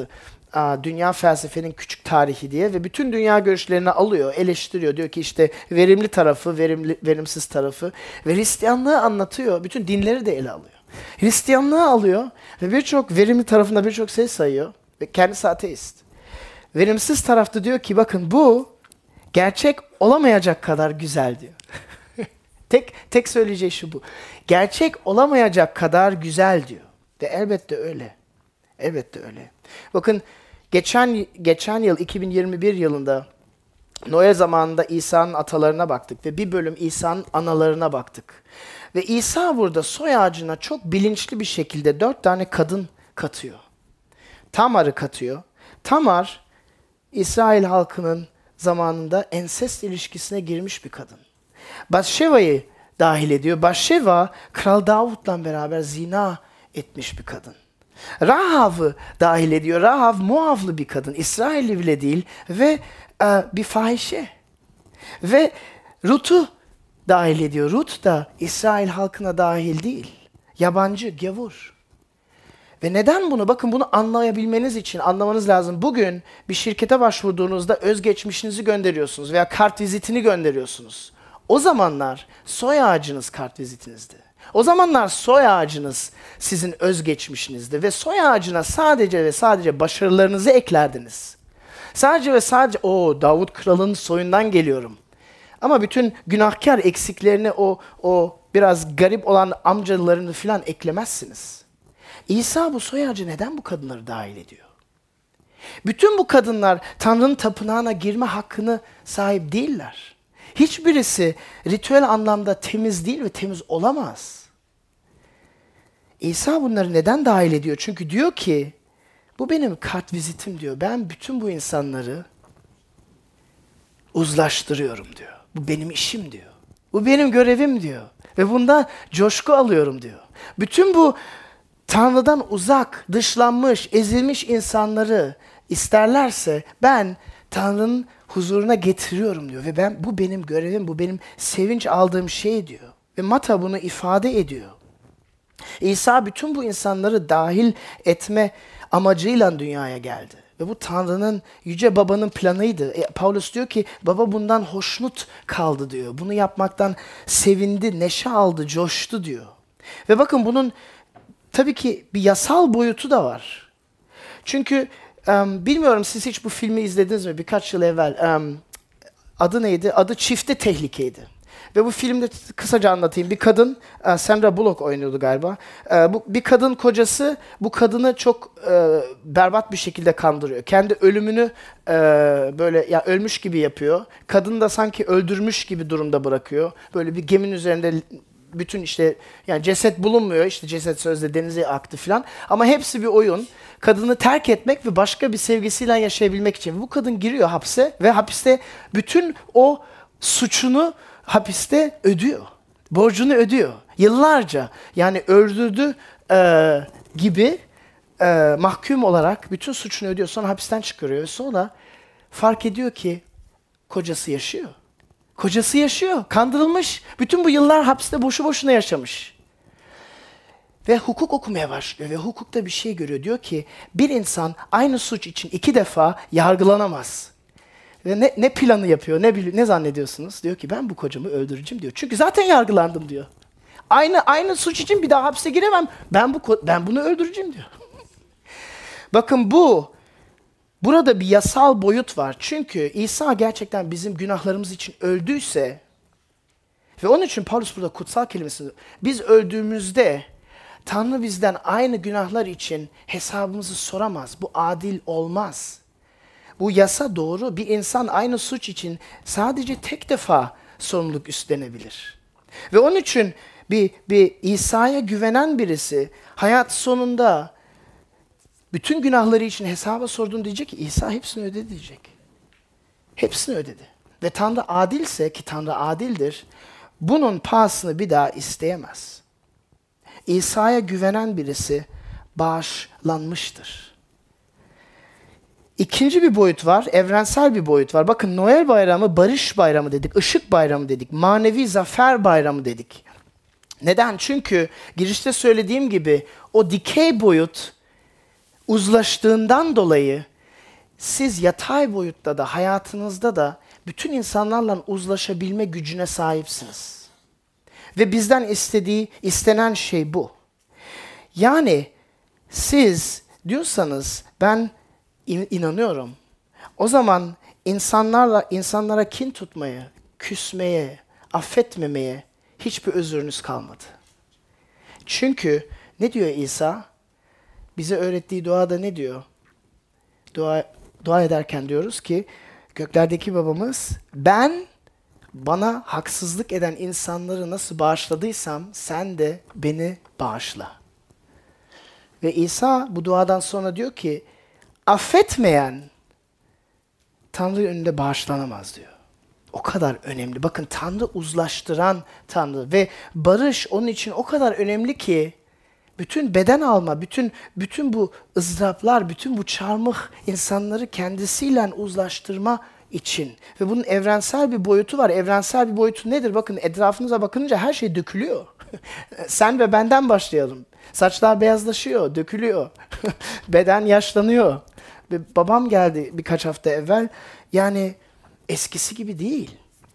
a, Dünya Felsefenin Küçük Tarihi diye ve bütün dünya görüşlerini alıyor, eleştiriyor. Diyor ki işte verimli tarafı, verimli, verimsiz tarafı ve Hristiyanlığı anlatıyor. Bütün dinleri de ele alıyor. Hristiyanlığı alıyor ve birçok verimli tarafında birçok şey sayıyor ve kendisi ateist. Verimsiz tarafta diyor ki bakın bu gerçek olamayacak kadar güzel diyor. tek tek söyleyeceği şu bu. Gerçek olamayacak kadar güzel diyor. Ve elbette öyle. Elbette öyle. Bakın geçen geçen yıl iki bin yirmi bir yılında Noel zamanında İsa'nın atalarına baktık ve bir bölüm İsa'nın analarına baktık. Ve İsa burada soy ağacına çok bilinçli bir şekilde dört tane kadın katıyor. Tamar'ı katıyor. Tamar, İsrail halkının zamanında ensest ilişkisine girmiş bir kadın. Batşeva'yı dahil ediyor. Batşeva, Kral Davut'la beraber zina etmiş bir kadın. Rahav'ı dahil ediyor. Rahav, Moavlı bir kadın. İsrailli bile değil ve e, bir fahişe. Ve Rut'u dahil ediyor. Rut da İsrail halkına dahil değil. Yabancı, gavur. Ve neden bunu? Bakın bunu anlayabilmeniz için anlamanız lazım. Bugün bir şirkete başvurduğunuzda özgeçmişinizi gönderiyorsunuz veya kart vizitini gönderiyorsunuz. O zamanlar soy ağacınız kart vizitinizdi. O zamanlar soy ağacınız sizin özgeçmişinizdi ve soy ağacına sadece ve sadece başarılarınızı eklerdiniz. Sadece ve sadece o Davut kralın soyundan geliyorum. Ama bütün günahkar eksiklerini o o biraz garip olan amcalarını falan eklemezsiniz. İsa bu soy ağacı neden bu kadınları dahil ediyor? Bütün bu kadınlar Tanrı'nın tapınağına girme hakkını sahip değiller. Hiçbirisi ritüel anlamda temiz değil ve temiz olamaz. İsa bunları neden dahil ediyor? Çünkü diyor ki, bu benim kart vizitim diyor. Ben bütün bu insanları uzlaştırıyorum diyor. Bu benim işim diyor. Bu benim görevim diyor. Ve bundan coşku alıyorum diyor. Bütün bu Tanrı'dan uzak, dışlanmış, ezilmiş insanları isterlerse ben Tanrı'nın huzuruna getiriyorum diyor. Ve ben bu benim görevim, bu benim sevinç aldığım şey diyor. Ve Matta bunu ifade ediyor. İsa bütün bu insanları dahil etme amacıyla dünyaya geldi. Ve bu Tanrı'nın, Yüce Baba'nın planıydı. E, Paulus diyor ki, Baba bundan hoşnut kaldı diyor. Bunu yapmaktan sevindi, neşe aldı, coştu diyor. Ve bakın bunun tabii ki bir yasal boyutu da var. Çünkü um, bilmiyorum siz hiç bu filmi izlediniz mi? Birkaç yıl evvel. Um, adı neydi? Adı Çifte Tehlikeydi. Ve bu filmde kısaca anlatayım. Bir kadın, uh, Sandra Bullock oynuyordu galiba. Uh, bu bir kadın kocası bu kadını çok uh, berbat bir şekilde kandırıyor. Kendi ölümünü uh, böyle ya ölmüş gibi yapıyor. Kadını da sanki öldürmüş gibi durumda bırakıyor. Böyle bir geminin üzerinde bütün işte yani ceset bulunmuyor. İşte ceset sözde denize aktı falan. Ama hepsi bir oyun. Kadını terk etmek ve başka bir sevgisiyle yaşayabilmek için. Bu kadın giriyor hapse ve hapiste bütün o suçunu hapiste ödüyor. Borcunu ödüyor. Yıllarca yani öldürdü e, gibi e, mahkum olarak bütün suçunu ödüyor. Sonra hapisten çıkarıyor. Sonra fark ediyor ki kocası yaşıyor. Kocası yaşıyor. Kandırılmış. Bütün bu yıllar hapiste boşu boşuna yaşamış. Ve hukuk okumaya başlıyor. Ve hukukta bir şey görüyor. Diyor ki bir insan aynı suç için iki defa yargılanamaz. Ve ne, ne planı yapıyor, ne ne zannediyorsunuz? Diyor ki ben bu kocamı öldüreceğim diyor. Çünkü zaten yargılandım diyor. Aynı aynı suç için bir daha hapse giremem. Ben bu ben bunu öldüreceğim diyor. Bakın bu burada bir yasal boyut var. Çünkü İsa gerçekten bizim günahlarımız için öldüyse ve onun için Paulus burada kutsal kelimesini biz öldüğümüzde Tanrı bizden aynı günahlar için hesabımızı soramaz. Bu adil olmaz. Bu yasa doğru. Bir insan aynı suç için sadece tek defa sorumluluk üstlenebilir. Ve onun için bir, bir İsa'ya güvenen birisi hayat sonunda bütün günahları için hesaba sorduğunu diyecek ki İsa hepsini ödedi diyecek. Hepsini ödedi. Ve Tanrı adilse ki Tanrı adildir, bunun pahasını bir daha isteyemez. İsa'ya güvenen birisi bağışlanmıştır. İkinci bir boyut var, evrensel bir boyut var. Bakın Noel bayramı barış bayramı dedik, ışık bayramı dedik, manevi zafer bayramı dedik. Neden? Çünkü girişte söylediğim gibi o dikey boyut uzlaştığından dolayı siz yatay boyutta da hayatınızda da bütün insanlarla uzlaşabilme gücüne sahipsiniz. Ve bizden istediği, istenen şey bu. Yani siz diyorsanız ben in- inanıyorum. O zaman insanlarla insanlara kin tutmaya, küsmeye, affetmemeye hiçbir özrünüz kalmadı. Çünkü ne diyor İsa? Bize öğrettiği duada ne diyor? Dua, dua ederken diyoruz ki göklerdeki babamız, ben bana haksızlık eden insanları nasıl bağışladıysam sen de beni bağışla. Ve İsa bu duadan sonra diyor ki affetmeyen Tanrı önünde bağışlanamaz diyor. O kadar önemli. Bakın Tanrı uzlaştıran Tanrı ve barış onun için o kadar önemli ki bütün beden alma, bütün bütün bu ızdıraplar, bütün bu çarmıh insanları kendisiyle uzlaştırma için. Ve bunun evrensel bir boyutu var. Evrensel bir boyutu nedir? Bakın etrafınıza bakınca her şey dökülüyor. Sen ve benden başlayalım. Saçlar beyazlaşıyor, dökülüyor. Beden yaşlanıyor. Ve babam geldi birkaç hafta evvel. Yani eskisi gibi değil.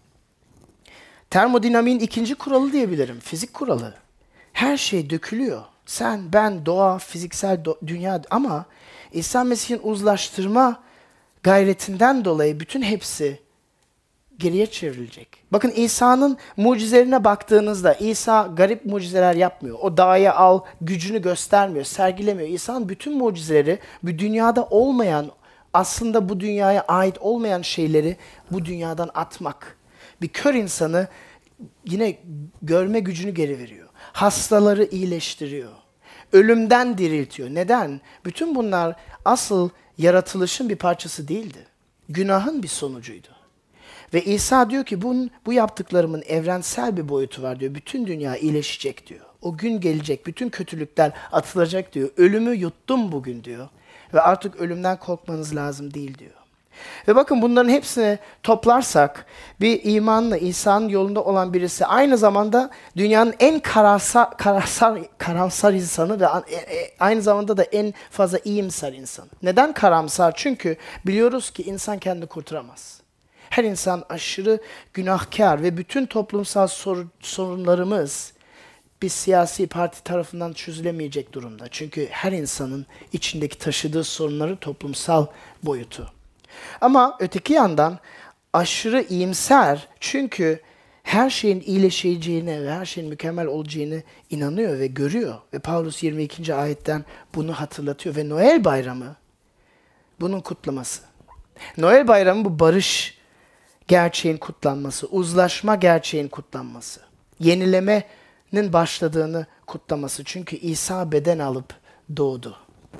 Termodinamiğin ikinci kuralı diyebilirim. Fizik kuralı. Her şey dökülüyor. Sen, ben, doğa, fiziksel do- dünya ama İsa Mesih'in uzlaştırma gayretinden dolayı bütün hepsi geriye çevrilecek. Bakın İsa'nın mucizelerine baktığınızda İsa garip mucizeler yapmıyor. O dağa al gücünü göstermiyor, sergilemiyor. İsa'nın bütün mucizeleri bu dünyada olmayan, aslında bu dünyaya ait olmayan şeyleri bu dünyadan atmak. Bir kör insanı yine görme gücünü geri veriyor. Hastaları iyileştiriyor. Ölümden diriltiyor. Neden? Bütün bunlar asıl yaratılışın bir parçası değildi. Günahın bir sonucuydu. Ve İsa diyor ki bunun, bu yaptıklarımın evrensel bir boyutu var diyor. Bütün dünya iyileşecek diyor. O gün gelecek, bütün kötülükler atılacak diyor. Ölümü yuttum bugün diyor. Ve artık ölümden korkmanız lazım değil diyor. Ve bakın bunların hepsini toplarsak bir imanla İsa'nın yolunda olan birisi aynı zamanda dünyanın en karamsar, karamsar, karamsar insanı ve aynı zamanda da en fazla iyimser insan. Neden karamsar? Çünkü biliyoruz ki insan kendini kurtaramaz. Her insan aşırı günahkar ve bütün toplumsal sor- sorunlarımız bir siyasi parti tarafından çözülemeyecek durumda. Çünkü her insanın içindeki taşıdığı sorunları toplumsal boyutu. Ama öteki yandan aşırı iyimser çünkü her şeyin iyileşeceğine ve her şeyin mükemmel olacağını inanıyor ve görüyor. Ve Paulus yirmi ikinci ayetten bunu hatırlatıyor. Ve Noel bayramı bunun kutlaması. Noel bayramı bu barış gerçeğin kutlanması, uzlaşma gerçeğin kutlanması, yenilemenin başladığını kutlaması. Çünkü İsa beden alıp doğdu.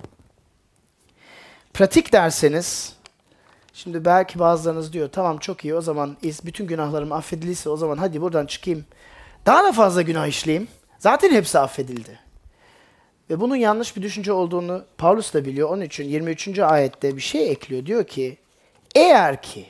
Pratik derseniz, şimdi belki bazılarınız diyor, tamam çok iyi o zaman bütün günahlarım affedilirse o zaman hadi buradan çıkayım. Daha da fazla günah işleyeyim. Zaten hepsi affedildi. Ve bunun yanlış bir düşünce olduğunu Paulus da biliyor. Onun için yirmi üçüncü ayette bir şey ekliyor. Diyor ki, eğer ki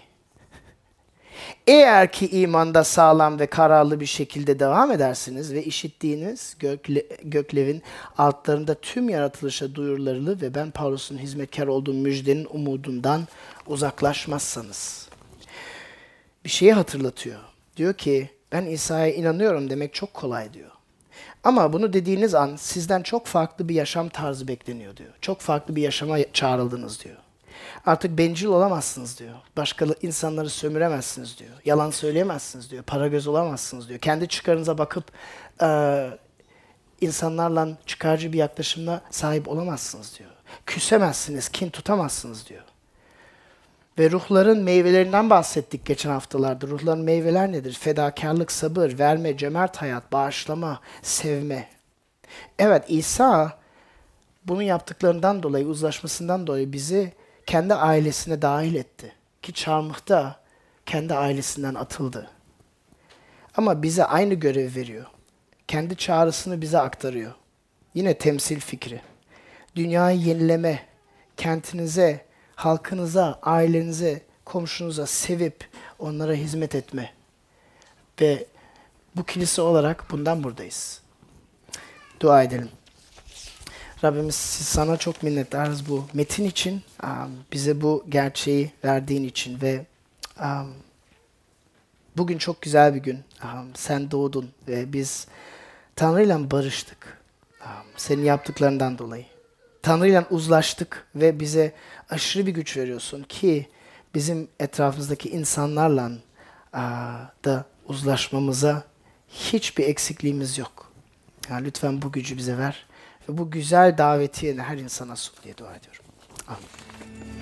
Eğer ki imanda sağlam ve kararlı bir şekilde devam edersiniz ve işittiğiniz gökle, göklevin altlarında tüm yaratılışa duyurularlı ve ben Paulus'un hizmetkar olduğum müjdenin umudundan uzaklaşmazsanız. Bir şeyi hatırlatıyor. Diyor ki ben İsa'ya inanıyorum demek çok kolay diyor. Ama bunu dediğiniz an sizden çok farklı bir yaşam tarzı bekleniyor diyor. Çok farklı bir yaşama çağrıldınız diyor. Artık bencil olamazsınız diyor. Başka insanları sömüremezsiniz diyor. Yalan söyleyemezsiniz diyor. Para göz olamazsınız diyor. Kendi çıkarınıza bakıp e, insanlarla çıkarcı bir yaklaşımla sahip olamazsınız diyor. Küsemezsiniz, kin tutamazsınız diyor. Ve ruhların meyvelerinden bahsettik geçen haftalarda. Ruhların meyveler nedir? Fedakarlık, sabır, verme, cömert hayat, bağışlama, sevme. Evet, İsa bunun yaptıklarından dolayı, uzlaşmasından dolayı bizi kendi ailesine dahil etti. Ki çarmıhta kendi ailesinden atıldı. Ama bize aynı görev veriyor. Kendi çağrısını bize aktarıyor. Yine temsil fikri. Dünyayı yenileme, kentinize, halkınıza, ailenize, komşunuza sevip onlara hizmet etme. Ve bu kilise olarak bundan buradayız. Dua edelim. Rabbimiz sana çok minnettarız bu metin için, um, bize bu gerçeği verdiğin için ve um, bugün çok güzel bir gün. Um, sen doğdun ve biz Tanrı'yla barıştık. Um, senin yaptıklarından dolayı. Tanrı'yla uzlaştık ve bize aşırı bir güç veriyorsun ki bizim etrafımızdaki insanlarla uh, da uzlaşmamıza hiçbir eksikliğimiz yok. Yani lütfen bu gücü bize ver ve bu güzel davetiyeni her insana sun diye dua ediyorum. Amin.